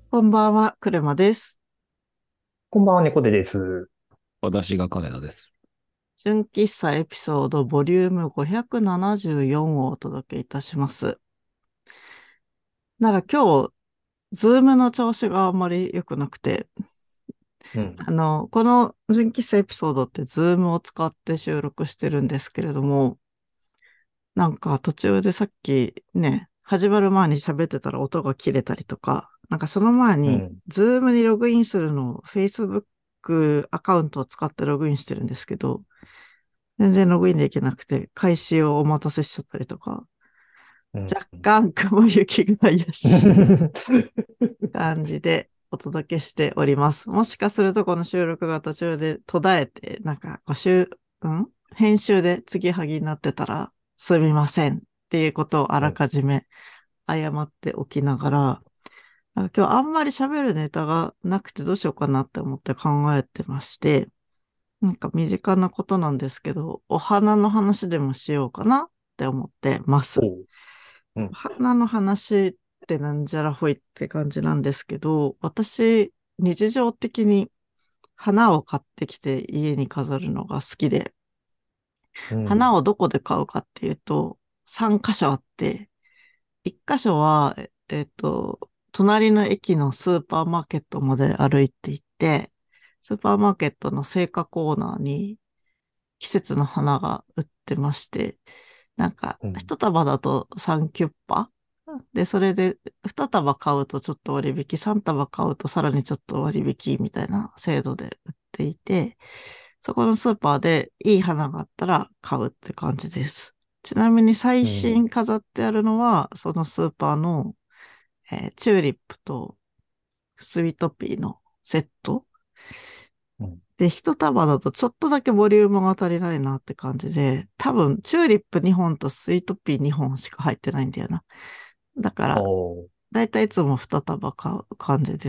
こんばんは、クレマです。 こんばんは、猫背です。 私が金田です。 純喫茶エピソードボリューム574をお届けいたします。今日、ズームの調子があんまり良くなくて、 うん。 この純喫茶エピソードってズームを使って収録してるんですけれども、途中でさっきね、始まる前に喋ってたら音が切れたりとか、その前に、 うん。 ズームにログインするのを Facebook アカウントを使ってログインしてるんですけど、全然ログインできなくて、開始をお待たせしちゃったりとか、 うん。 若干雲行きが怪しい感じでお届けしております。もしかするとこの収録が途中で途絶えて、編集で継ぎはぎになってたらすみませんっていうことをあらうん。 かじめ謝っておきながら、今日あんまり喋るネタがなくてどうしようかなって思って考えてまして、身近なことなんですけど、お花の話でもしようかなって思ってます。 おう。うん。 お花の話ってなんじゃらほいって感じなんですけど、私、日常的に花を買ってきて家に飾るのが好きで、 うん。 花をどこで買うかっていうと、3箇所あって、1箇所は、隣の駅のスーパーマーケットまで歩いて行って、スーパーマーケットの青果コーナーに季節の花が売ってまして、 うん。 一束だと3キュッパで、それで、2束買うとちょっと割引、3束買うとさらにちょっと割引みたいな制度で売っていて、そこのスーパーでいい花があったら買うって感じです。ちなみに最うん。 新飾ってあるのは、そのスーパーの、チューリップとスイートピーのセットうん。 で、一束だとちょっとだけボリュームが足りないなって感じで、多分、チューリップ2本とスイートピー2本しか入ってないんだよな。だから、 おう。 だいたいいつも2束買う感じです。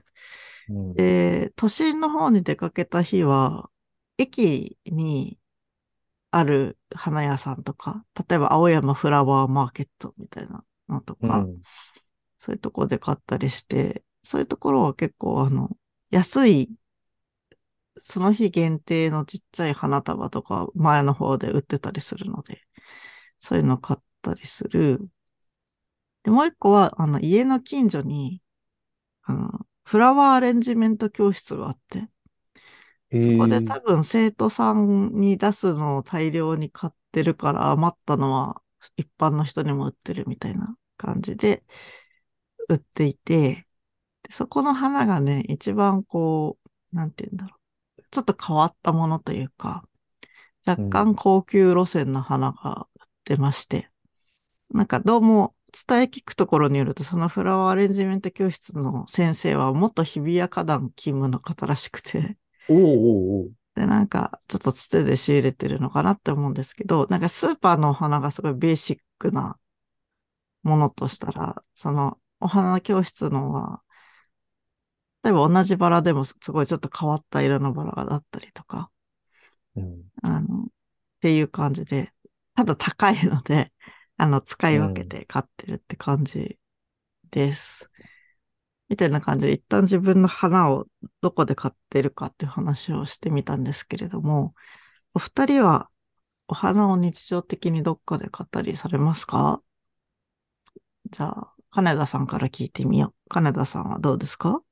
うん。 で、都心の方に出かけた日は、駅にある花屋さんとか、例えば青山フラワーマーケットみたいなのとか、 うん。 そういうところで買ったりして、そういうところは結構安いその日限定のちっちゃい花束とか前の方で売ってたりするので、そういうの買ったりする。で、もう一個は、家の近所に、フラワーアレンジメント教室があって、 へそこでえ。 多分生徒さんに出すのを大量に買ってるから余ったのは一般の人にも売ってるみたいな感じで売っていて、でそこの花がね、一番なんて言うんだろう。ちょっと変わったものというか、若うん。 干高級路線の花が売ってまして、どうも伝え聞くところによると、そのフラワーアレンジメント教室の先生は元日比谷花壇勤務の方らしくて、 おうおうおう。 で、ちょっとつてで仕入れてるのかなって思うんですけど、スーパーのお花がすごいベーシックなものとしたら、そのお花教室のは、例えば同じバラでもすごいちょっと変わった色のバラがあったりとか、 うん。 っていう感じで、ただ高いので、使い分けうん。 て買ってるって感じです。みたいな感じで、一旦自分の花をどこで買ってるかっていう話をしてみたんですけれども、お二人はお花を日常的にどっかで買ったりされますか？じゃあ、金田さんから聞いてみよう。金田さんはどうですか？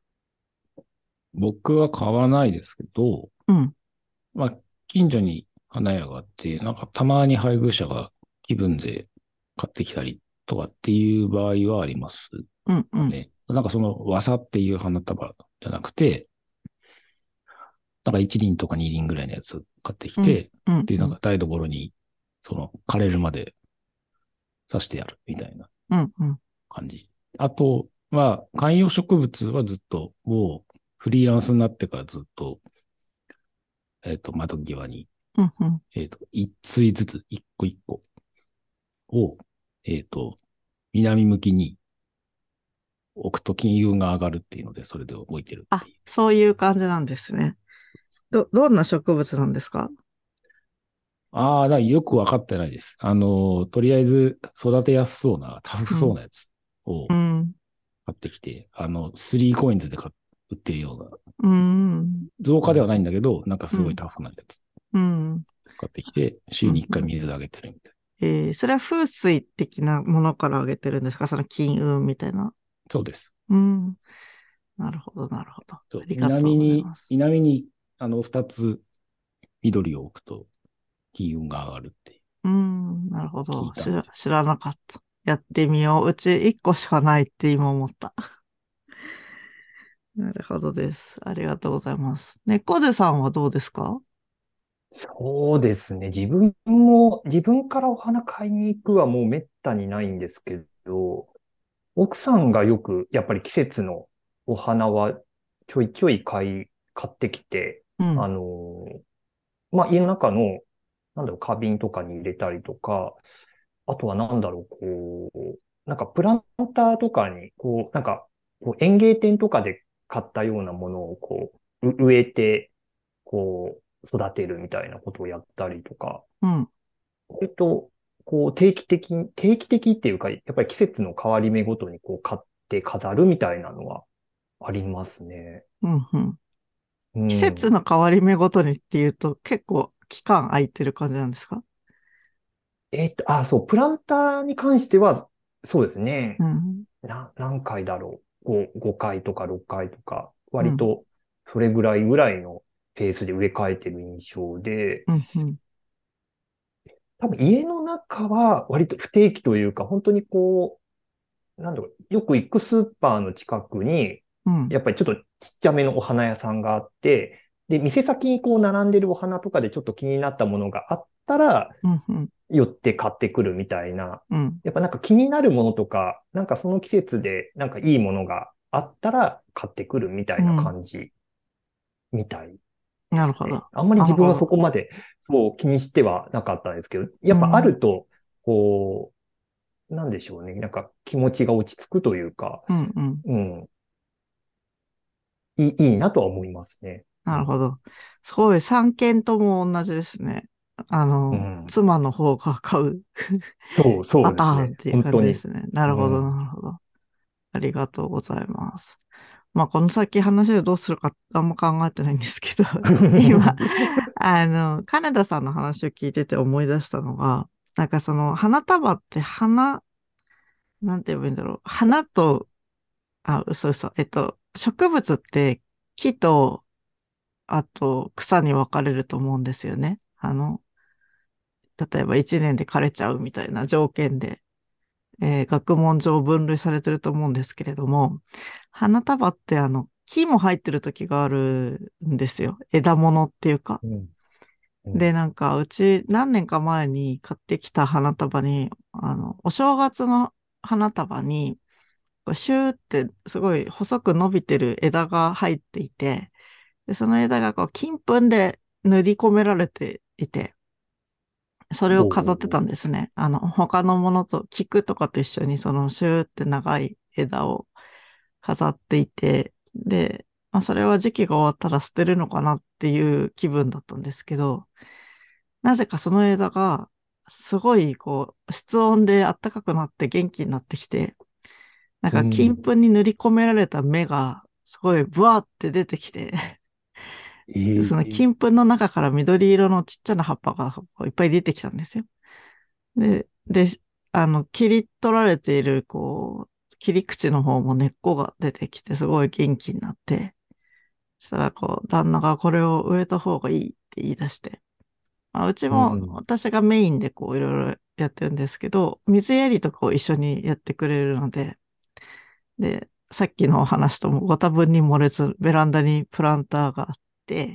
僕は買わないですけど、 うん、 まあ、近所に花屋があって、たまに配偶者が気分で買ってきたりとかっていう場合はありますうん、うん、 かね。その和さっていう花束じゃなくて、1輪とか2輪ぐらいのやつ買ってきうん、 て、 うん、 で、 うん、 台所に、枯れるまで刺してやるみたいなうん、うん、 感じ。あと、観葉植物はずっと、もうフリーランスになってからずっと窓際に、 うん、うん。 一対ずつ、一個一個を、えっと、南向きに置くと金運が上がるっていうので、それで置いてるってあ、 いう。 そういう感じなんですね。どんな植物なんですか？ ああ、よくわかってないです。とりあえず育てやすそうな、タフうん、 そうなやつをうん、 ってきて、3コインズで売ってるような、 うん。 造花ではないんだけど、なんかすごいタフなやつうん。 買ってきて、週に1回水あげてるみたいそれは風水的なものからあげてるんですか？その金運みたいな。 な。そうです。 うん。なるほど、なるほど。あそうりがとうございます。 南に、2つ緑を置くと金運が上がるってうん、なるほど。 聞いたんで。 知らなかった。やってみよう。うち1個しかないって今思った。なるほどです。ありがとうございます。猫背さんはどうですか？ そうですね。自分からお花買いに行くはもうめったにないんですけど、奥さんがよく、やっぱり季節のお花はちょいちょい買ってきて、あうん、 の、まあ、家の中の、なんだろう、花瓶とかに入れたりとか、あとはなんだろう、なんかプランターとかに、なんか、園芸店とかで買ったようなものを植えて、育てるみたいなことをやったりとか、 うん。 割と、定期的っていうか、やっぱり季節の変わり目ごとに買って飾るみたいなのはありますね。 うん、うん。 う季節ん。 の変わり目ごとにっていうと結構期間空いてる感じなんですか？ そう、プランターに関しては、そうですね。 うん、 何回だろう。5回とか6回とか、 うん、 割とそれぐらいのペースで植え替えてる印象で、 うん、うん、 多分家の中は割と不定期というか、本当になんだろう、よく行くスーパーの近くに、 うん、 やっぱりちょっとちっちゃめのお花屋さんがあって、で、店先に並んでるお花とかでちょっと気になったものがあったら、 うん、うん、 寄って買ってくるみたいな。 うん。 やっぱなんか気になるものとか、なんかその季節でなんかいいものがあったら買ってくるみたいなうん。 感じみたいですね。 なるほど。 あんまり自分はそなるほど。 こまでそう気にしてはなかったんですけど、やっぱあうん、 ると、なんでしょうね。なんか気持ちが落ち着くというか、 うん、うん。 うん、いいなとは思いますね。うん。 なるほど。すごい、三件とも同じですね。 うん。 妻の方が買うそパタうですね。 ーンっていう本当に。 感じですね。なるほど、 うん。 なるほど。ありがとうございます。まあ、この先話でどうするかあんま考えてないんですけど、今、金田さんの話を聞いてて思い出したのが、なんかその花束ってなんて言えばいいんだろう。花と、嘘嘘。植物って木と、あと草に分かれると思うんですよね。例えば一年で枯れちゃうみたいな条件で、学問上分類されてると思うんですけれども、花束って木も入ってる時があるんですよ。枝物っていうか。 うん。うで、 ん。 なんか、うち何年か前に買ってきた花束に、お正月の花束に、こうシューってすごい細く伸びてる枝が入っていて、で、その枝がこう金粉で塗り込められていて、それをお飾ってたんうですね。他のものと、菊とかと一緒にそのシューって長い枝を飾っていて、で、まあ、それは時期が終わったら捨てるのかなっていう気分だったんですけど、なぜかその枝が、すごい、室温で暖かくなって元気になってきて、なんうか金ん。 粉に塗り込められた芽が、すごいブワーって出てきて、そのええ金粉の中から緑色のちっちゃな葉っぱがいっぱい出てきたんですよ。で、切り取られている、切り口の方も根っこが出てきて、すごい元気になって、そしたら、旦那がこれを植えた方がいいって言い出して、まあ、うちもうん。 私がメインでいろいろやってるんですけど、水やりとかを一緒にやってくれるので、で、さっきのお話ともご多分に漏れず、ベランダにプランターがあって、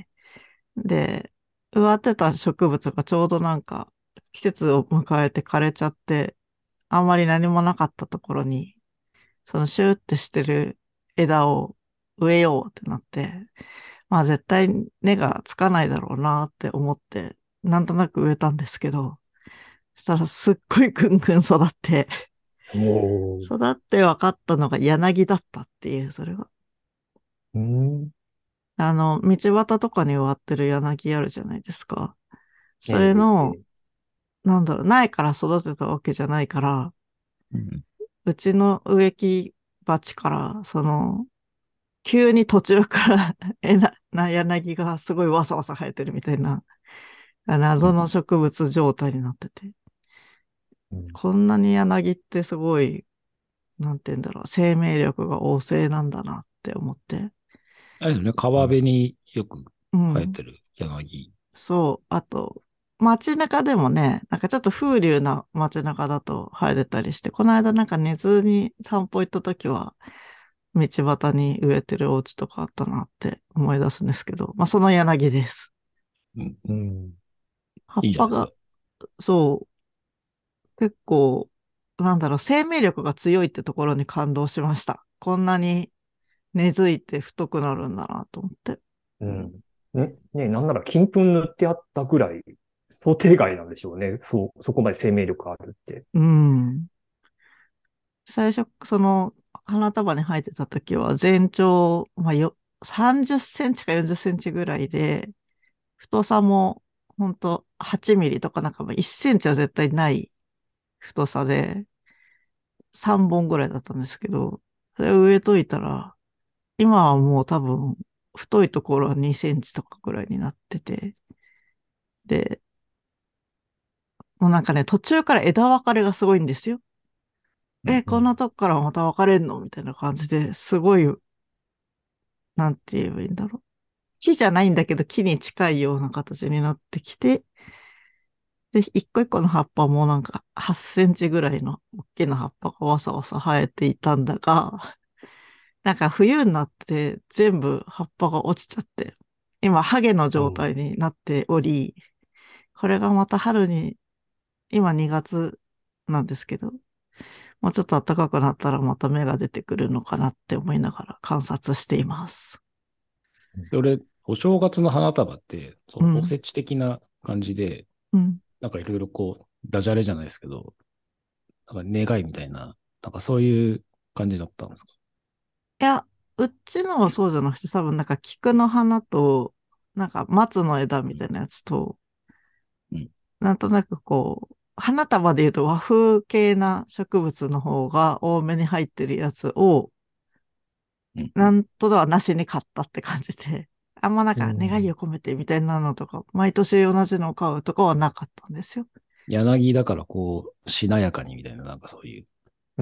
で、植わってた植物がちょうどなんか季節を迎えて枯れちゃって、あんまり何もなかったところに、そのシューってしてる枝を植えようってなって、まあ絶対根がつかないだろうなって思って、なんとなく植えたんですけど、そしたらすっごいぐんぐん育って、 おー。 育って分かったのが柳だったっていう、それは。 うん。 道端とかに植わってる柳あるじゃないですか。それの、 ええ苗から育てたわけじゃないから、 うん。 うちの植木鉢から、急に途中から柳がすごいわさわさ生えてるみたいな、謎の植物状態になってて、 うん。 こんなに柳ってすごい、なんて言うんだろう、生命力が旺盛なんだなって思って。 あれですよね、川辺によくうん。 生えてる柳。 そう。あと、街中でもね、なんかちょっと風流な街中だと生えてたりして、この間なんか寝ずに散歩行った時は、道端に植えてるお家とかあったなって思い出すんですけど、まあその柳です。 うん。 うん。 葉っぱが、 いいじゃないですか。 そう、結構、なんだろう、生命力が強いってところに感動しました。こんなに根付いて太くなるんだなと思って。 うん。ね、なんなら金粉塗ってあったぐらい想定外なんでしょうね。そこまで生命力あるって。 うん。最初、花束に生えてた時は全長、まあ、30センチか40センチぐらいで、太さもほんと8ミリとかなんかまあ1センチは絶対ない太さで3本ぐらいだったんですけど、それを植えといたら、今はもう多分太いところは2センチとかぐらいになってて、で、もうなんかね、途中から枝分かれがすごいんですよ。こんうん。 なとこからまた分かれんのみたいな感じですごい、なんて言えばいいんだろう。木じゃないんだけど木に近いような形になってきて、で、一個一個の葉っぱもなんか8センチぐらいの大きな葉っぱがわさわさ生えていたんだが、なんか冬になって全部葉っぱが落ちちゃって、今ハゲの状態になっており、これがまた春に、今2月なんですけど、もうちょっと暖かくなったらまた芽が出てくるのかなって思いながら観察しています。 で、俺、お正月の花束って、そのおうん、 せち的な感じで、 うん。 なんかいろいろこう、ダジャレじゃないですけど、なんか願いみたいな、なんかそういう感じだったんですか？ いや、うちのはそうじゃなくて多分なんか菊の花と、なんか松の枝みたいなやつと、 うん。 なんとなくこう、花束で言うと和風系な植物の方が多めに入ってるやつを、 うん。うん。 なんとではなしに買ったって感じで、あんまなんうか願いん。 を込めてみたいなのとか、毎年同じのを買うとかはなかったんですよ。 柳だからこう、しなやかにみたいな、なんかそういう、 うん。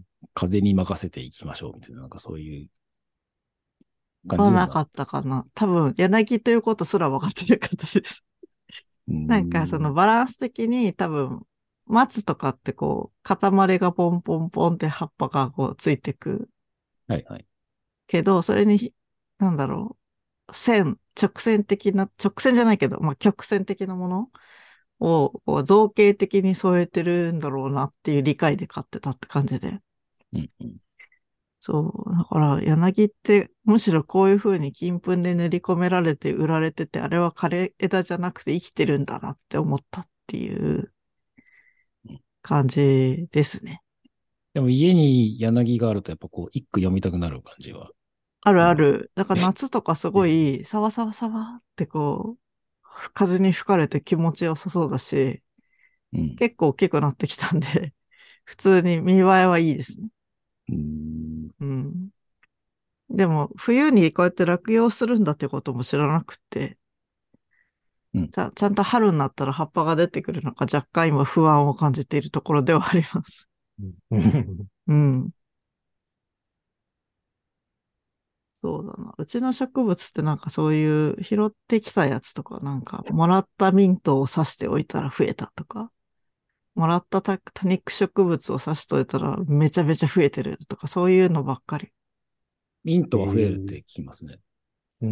風に任せていきましょうみたいな、なんかそういう感じでもなかっはなかったかな。多分、柳ということすら分かってなかったです。 た。うーなんかそのん。 バランス的に多分、松とかってこう、塊がポンポンポンって葉っぱがこうついてくはいはい。 けど、それに、なんだろ直線的な、直線じゃないけど、まあ、曲線的なものをこう造形的に添えてるんだろうなっていう理解で買ってたって感じで。 うんうん。 そう。だから、柳ってむしろこういう風に金粉で塗り込められて売られてて、あれは枯れ枝じゃなくて生きてるんだなって思ったっていううん。 感じですね。 でも家に柳があるとやっぱこう、一句読みたくなる感じはあるあります。 ある。だから夏とかすごうん。 い、サワサワサワってこう、風に吹かれて気持ちよさそうだし、 うん。 結構大きくなってきたんで、普通に見栄えはいいですね。 うーん。 うん。でも、冬にこうやって落葉するんだってことも知らなくて、 うん。 ちゃんと春になったら葉っぱが出てくるのか若干今不安を感じているところではあります。 うん。 うん。そうだな。うちの植物ってなんかそういう拾ってきたやつとか、なんかもらったミントを刺しておいたら増えたとか、もらった多肉植物を刺しておいたらめちゃめちゃ増えてるとか、そういうのばっかり。 ミントは増えるってええ。 聞きますね。 うん。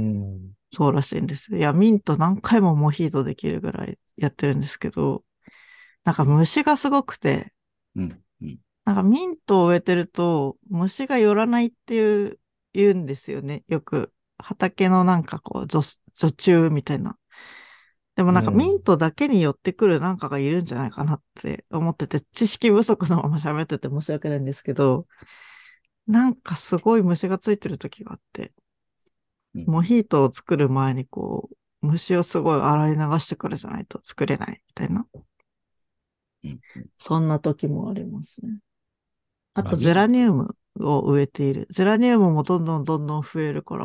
そうらしいんですよ。いや、ミント何回もモヒートできるぐらいやってるんですけど、なんか虫がすごくて、 うん。うん。 なんかミントを植えてると虫が寄らないって言うんですよね。よく畑のなんかこう除虫みたいな。でもなんかミンうん。 トだけに寄ってくるなんかがいるんじゃないかなって思ってて、知識不足のまま喋ってて申し訳ないんですけど、なんかすごい虫がついてる時があって、 うん。 モヒートを作る前にこう、虫をすごい洗い流してからじゃないと作れないみたいな。 うん。うん。 そんな時もありますね。あまあ、 とゼラニウム。 を植えている。ゼラニウムもどんどんどんどん増えるから、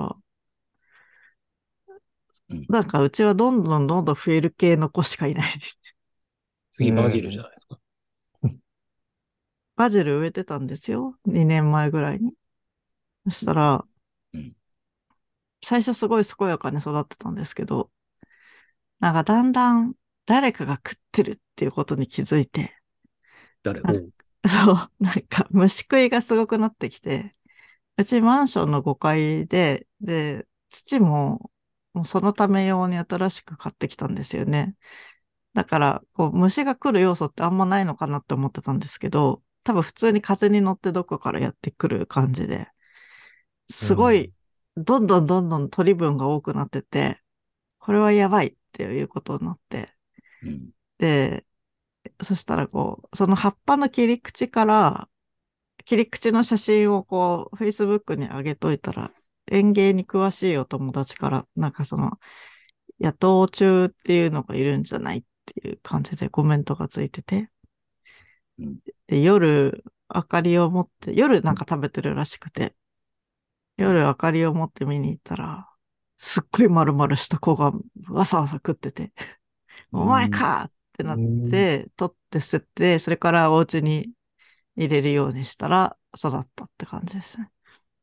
うん。 なんかうちはどんどんどんどん増える系の子しかいない。 次バジルじゃないですか。 バジル植えてたんですよ。2年前ぐらいに。そしたら、 うん。 最初すごい健やかに育ってたんですけど、なんかだんだん誰かが食ってるっていうことに気づいて、なんか誰おう。 そう、なんか虫食いがすごくなってきて、うちマンションの5階で、土も、もうそのため用に新しく買ってきたんですよね。だから、こう、虫が来る要素ってあんまないのかなって思ってたんですけど、多分普通に風に乗ってどこからやってくる感じで、 うん。 すごい、どんどんどんどん取り分が多くなってて、これはやばいっていうことになって、 うん。 で、そしたらこう、その葉っぱの切り口から、切り口の写真をこう、Facebook に上げといたら、園芸に詳しいお友達から、なんかその、野党中っていうのがいるんじゃないっていう感じでコメントがついてて、 うん。 で、夜、明かりを持って、夜なんか食べてるらしくて、 うん。 夜明かりを持って見に行ったら、すっごい丸々した子がわさわさ食ってて、お前うん。 かってうなっん。 て、取って捨てて、それからお家に入れるようにしたら育ったって感じですね。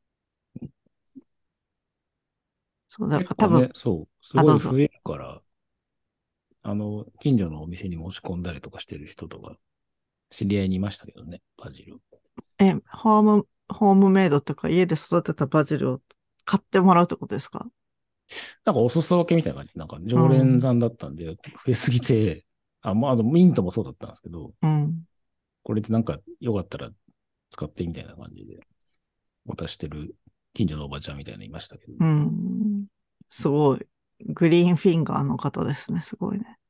そう、だから多分、 結構ね、そう、すあ、どうぞ。 ごい増えるから、近所のお店に持ち込んだりとかしてる人とか、知り合いにいましたけどね、バジル。 ホームメイドとか家で育てたバジルを買ってもらうってことですか？ なんかお裾分けみたいな感じ、なんかう常連ん。 さんだったんで、増えすぎて、まあ、ミントもそうだったんですけど、 うん。 これでなんかよかったら使ってみたいな感じで渡してる近所のおばちゃんみたいなのいましたけど。 うん。すごい。グリーンフィンガーの方ですね。すごいね。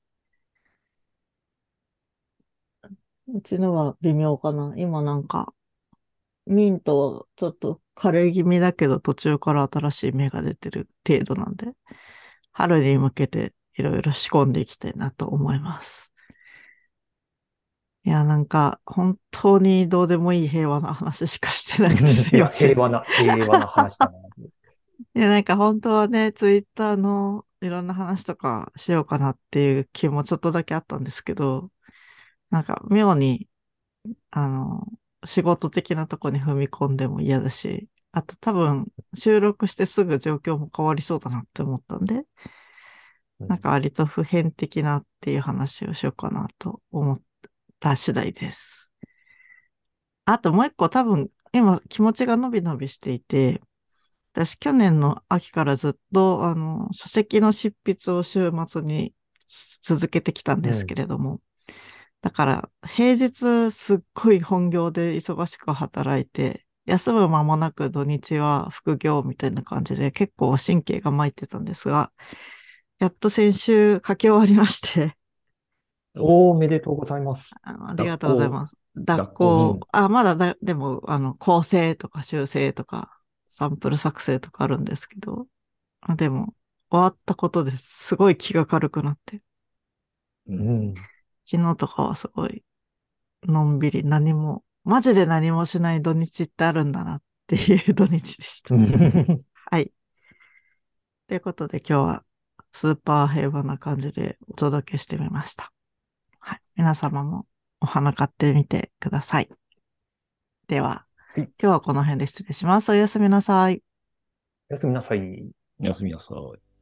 うちのは微妙かな。今なんか、ミントはちょっと枯れ気味だけど途中から新しい芽が出てる程度なんで、春に向けていろいろ仕込んでいきたいなと思います。いや、なんか、本当にどうでもいい平和な話しかしてなくてすいや、 いません。 平和な話だな。 いや、なんか本当はね、ツイッターのいろんな話とかしようかなっていう気もちょっとだけあったんですけど、なんか妙に、あの、仕事的なとこに踏み込んでも嫌だし、あと多分収録してすぐ状況も変わりそうだなって思ったんで、なんか割と普遍的なっていう話をしようかなと思った次第です。あともう一個多分今気持ちが伸び伸びしていて、私、去年の秋からずっと、書籍の執筆を週末に続けてきたんですけうん。 れども、だから、平日すっごい本業で忙しく働いて、休む間もなく土日は副業みたいな感じで結構神経が参ってたんですが、やっと先週書き終わりまして、 おめでとうございます。 ありがとうござい学校、 ます。脱学校、う稿、 ん。 まだでも、構成とか修正とか、サンプル作成とかあるんですけど、でも、終わったことですごい気が軽くなって、 うん。 うん。 昨日とかはすごいのんびり何も、マジで何もしない土日ってあるんだなっていう土日でした。 うん。 はい。ということで今日はスーパー平和な感じでお届けしてみました。はい。皆様もお花買ってみてください。では、 はい。 今日はこの辺で失礼します。おやすみなさい。 おやすみなさい。 おやすみなさい。